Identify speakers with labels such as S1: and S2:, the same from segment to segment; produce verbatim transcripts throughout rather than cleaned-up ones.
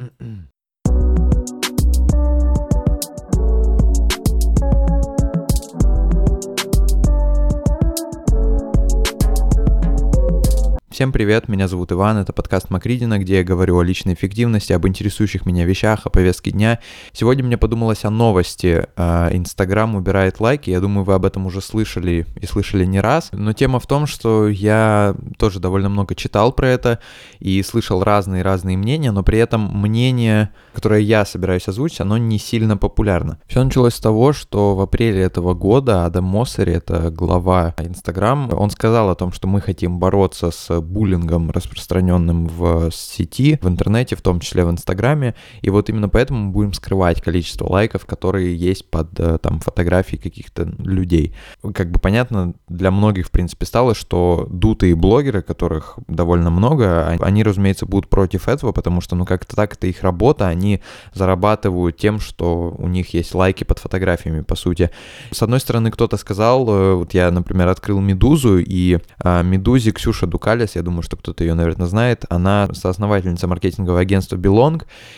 S1: Всем привет, меня зовут Иван, это подкаст Макридина, где я говорю о личной эффективности, об интересующих меня вещах, о повестке дня. Сегодня мне подумалось о новости. Инстаграм убирает лайки, я думаю, вы об этом уже слышали и слышали не раз. Но тема в том, что я тоже довольно много читал про это и слышал разные-разные мнения, но при этом мнение, которое я собираюсь озвучить, оно не сильно популярно. Все началось с того, что в апреле этого года Адам Моссери, это глава Инстаграм, он сказал о том, что мы хотим бороться с буллингом, распространенным в сети, в интернете, в том числе в Инстаграме, и вот именно поэтому мы будем скрывать количество лайков, которые есть под там фотографии каких-то людей. Как бы понятно, для многих, в принципе, стало, что дутые блогеры, которых довольно много, они, разумеется, будут против этого, потому что, ну, как-то так, это их работа, они зарабатывают тем, что у них есть лайки под фотографиями, по сути. С одной стороны, кто-то сказал, вот я, например, открыл Медузу, и Медузе Ксюша Дукалис, я думаю, что кто-то ее, наверное, знает, она соосновательница маркетингового агентства Belong,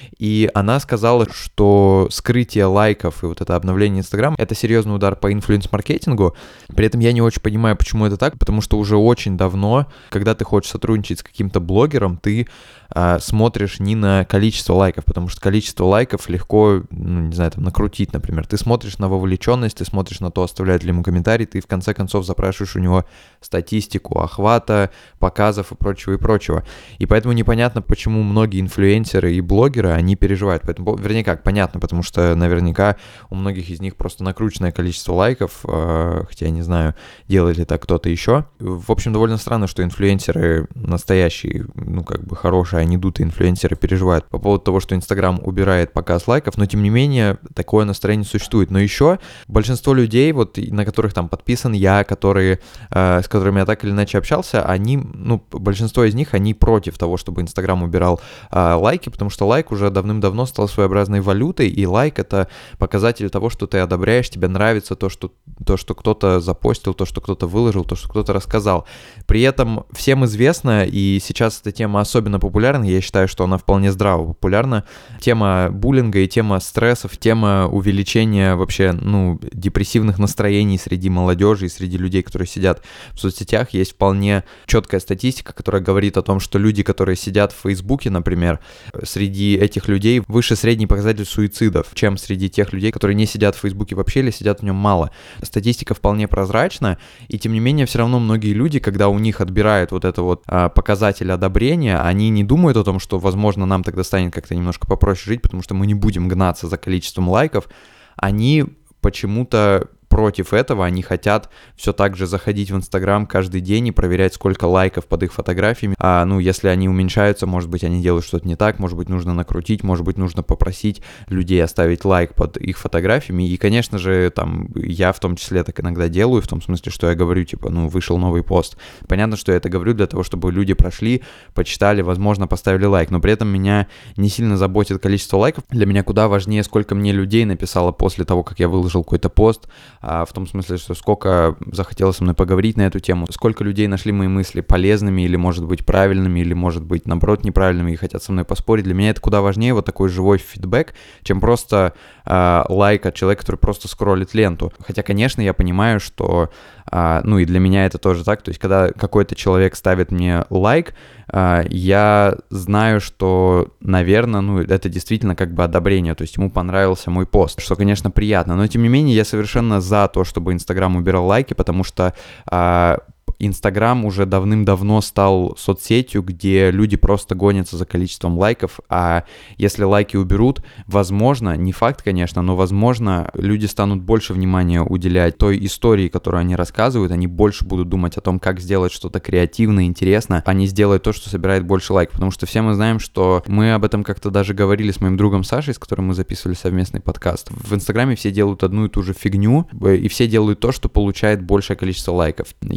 S1: и она сказала, что скрытие лайков и вот это обновление Инстаграма — это серьезный удар по инфлюенс-маркетингу. При этом я не очень понимаю, почему это так, потому что уже очень давно, когда ты хочешь сотрудничать с каким-то блогером, ты а, смотришь не на количество лайков, потому что количество лайков легко, ну, не знаю, там, накрутить, например. Ты смотришь на вовлеченность, ты смотришь на то, оставляет ли ему комментарий, ты в конце концов запрашиваешь у него статистику охвата, показов и прочего, и прочего. И поэтому непонятно, почему многие инфлюенсеры и блогеры, они переживают. Поэтому, вернее, как, понятно, потому что наверняка у многих из них просто накрученное количество лайков, э, хотя я не знаю, делает ли так кто-то еще. В общем, довольно странно, что инфлюенсеры настоящие, ну, как бы хорошие, они дутые инфлюенсеры переживают по поводу того, что Инстаграм убирает показ лайков, но, тем не менее, такое настроение существует. Но еще большинство людей, вот, на которых там подписан я, которые, э, с которыми я так или иначе общался, они, ну, большинство из них, они против того, чтобы Инстаграм убирал а, лайки, потому что лайк уже давным-давно стал своеобразной валютой, и лайк — это показатель того, что ты одобряешь, тебе нравится то, что, то, что кто-то запостил, то, что кто-то выложил, то, что кто-то рассказал. При этом всем известно, и сейчас эта тема особенно популярна, я считаю, что она вполне здраво популярна, тема буллинга и тема стрессов, тема увеличения вообще, ну, депрессивных настроений среди молодежи и среди людей, которые сидят в соцсетях. Есть вполне четкая статистика, которая говорит о том, что люди, которые сидят в Фейсбуке, например, среди этих людей выше средний показатель суицидов, чем среди тех людей, которые не сидят в Фейсбуке вообще или сидят в нем мало. Статистика вполне прозрачна, и тем не менее все равно многие люди, когда у них отбирают вот это вот а, показатель одобрения, они не думают о том, что, возможно, нам тогда станет как-то немножко попроще жить, потому что мы не будем гнаться за количеством лайков. Они почему-то против этого, они хотят все так же заходить в Инстаграм каждый день и проверять, сколько лайков под их фотографиями. А, ну, если они уменьшаются, может быть, они делают что-то не так, может быть, нужно накрутить, может быть, нужно попросить людей оставить лайк под их фотографиями. И, конечно же, там, я в том числе так иногда делаю, в том смысле, что я говорю, типа, ну, вышел новый пост. Понятно, что я это говорю для того, чтобы люди прошли, почитали, возможно, поставили лайк, но при этом меня не сильно заботит количество лайков. Для меня куда важнее, сколько мне людей написало после того, как я выложил какой-то пост, в том смысле, что сколько захотело со мной поговорить на эту тему, сколько людей нашли мои мысли полезными или, может быть, правильными, или, может быть, наоборот, неправильными и хотят со мной поспорить. Для меня это куда важнее, вот такой живой фидбэк, чем просто э, лайк от человека, который просто скроллит ленту. Хотя, конечно, я понимаю, что, э, ну и для меня это тоже так, то есть, когда какой-то человек ставит мне лайк, э, я знаю, что, наверное, ну, это действительно как бы одобрение, то есть ему понравился мой пост, что, конечно, приятно, но, тем не менее, я совершенно за то, чтобы Инстаграм убирал лайки, потому что а, Инстаграм уже давным-давно стал соцсетью, где люди просто гонятся за количеством лайков, а если лайки уберут, возможно, не факт, конечно, но, возможно, люди станут больше внимания уделять той истории, которую они рассказывают, они больше будут думать о том, как сделать что-то креативное, интересно, а не сделать то, что собирает больше лайков, потому что все мы знаем, что мы об этом как-то даже говорили с моим другом Сашей, с которым мы записывали совместный подкаст. В Инстаграме все делают одну и ту же фигню, и все делают то, что получает большее количество лайков. Если сегодня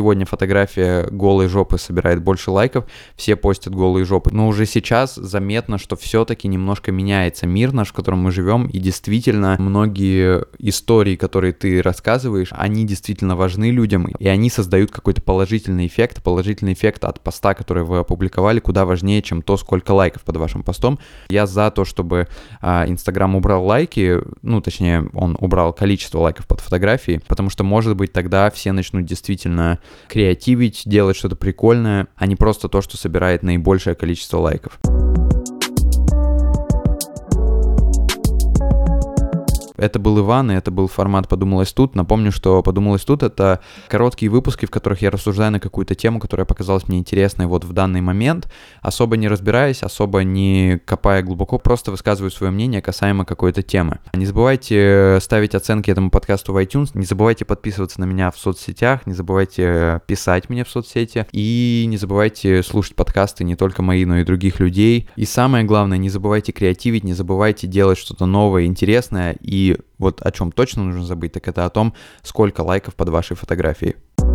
S1: сегодня фотография голой жопы собирает больше лайков, все постят голые жопы. Но уже сейчас заметно, что все-таки немножко меняется мир наш, в котором мы живем, и действительно многие истории, которые ты рассказываешь, они действительно важны людям, и они создают какой-то положительный эффект. Положительный эффект от поста, который вы опубликовали, куда важнее, чем то, сколько лайков под вашим постом. Я за то, чтобы а, Инстаграм убрал лайки, ну, точнее, он убрал количество лайков под фотографией, потому что, может быть, тогда все начнут действительно креативить, делать что-то прикольное, а не просто то, что собирает наибольшее количество лайков. Это был Иван, и это был формат «Подумалось тут». Напомню, что «Подумалось тут» — это короткие выпуски, в которых я рассуждаю на какую-то тему, которая показалась мне интересной вот в данный момент, особо не разбираясь, особо не копая глубоко, просто высказываю свое мнение касаемо какой-то темы. Не забывайте ставить оценки этому подкасту в iTunes, не забывайте подписываться на меня в соцсетях, не забывайте писать мне в соцсети, и не забывайте слушать подкасты не только мои, но и других людей. И самое главное, не забывайте креативить, не забывайте делать что-то новое, интересное, и И вот о чем точно нужно забыть, так это о том, сколько лайков под вашей фотографией.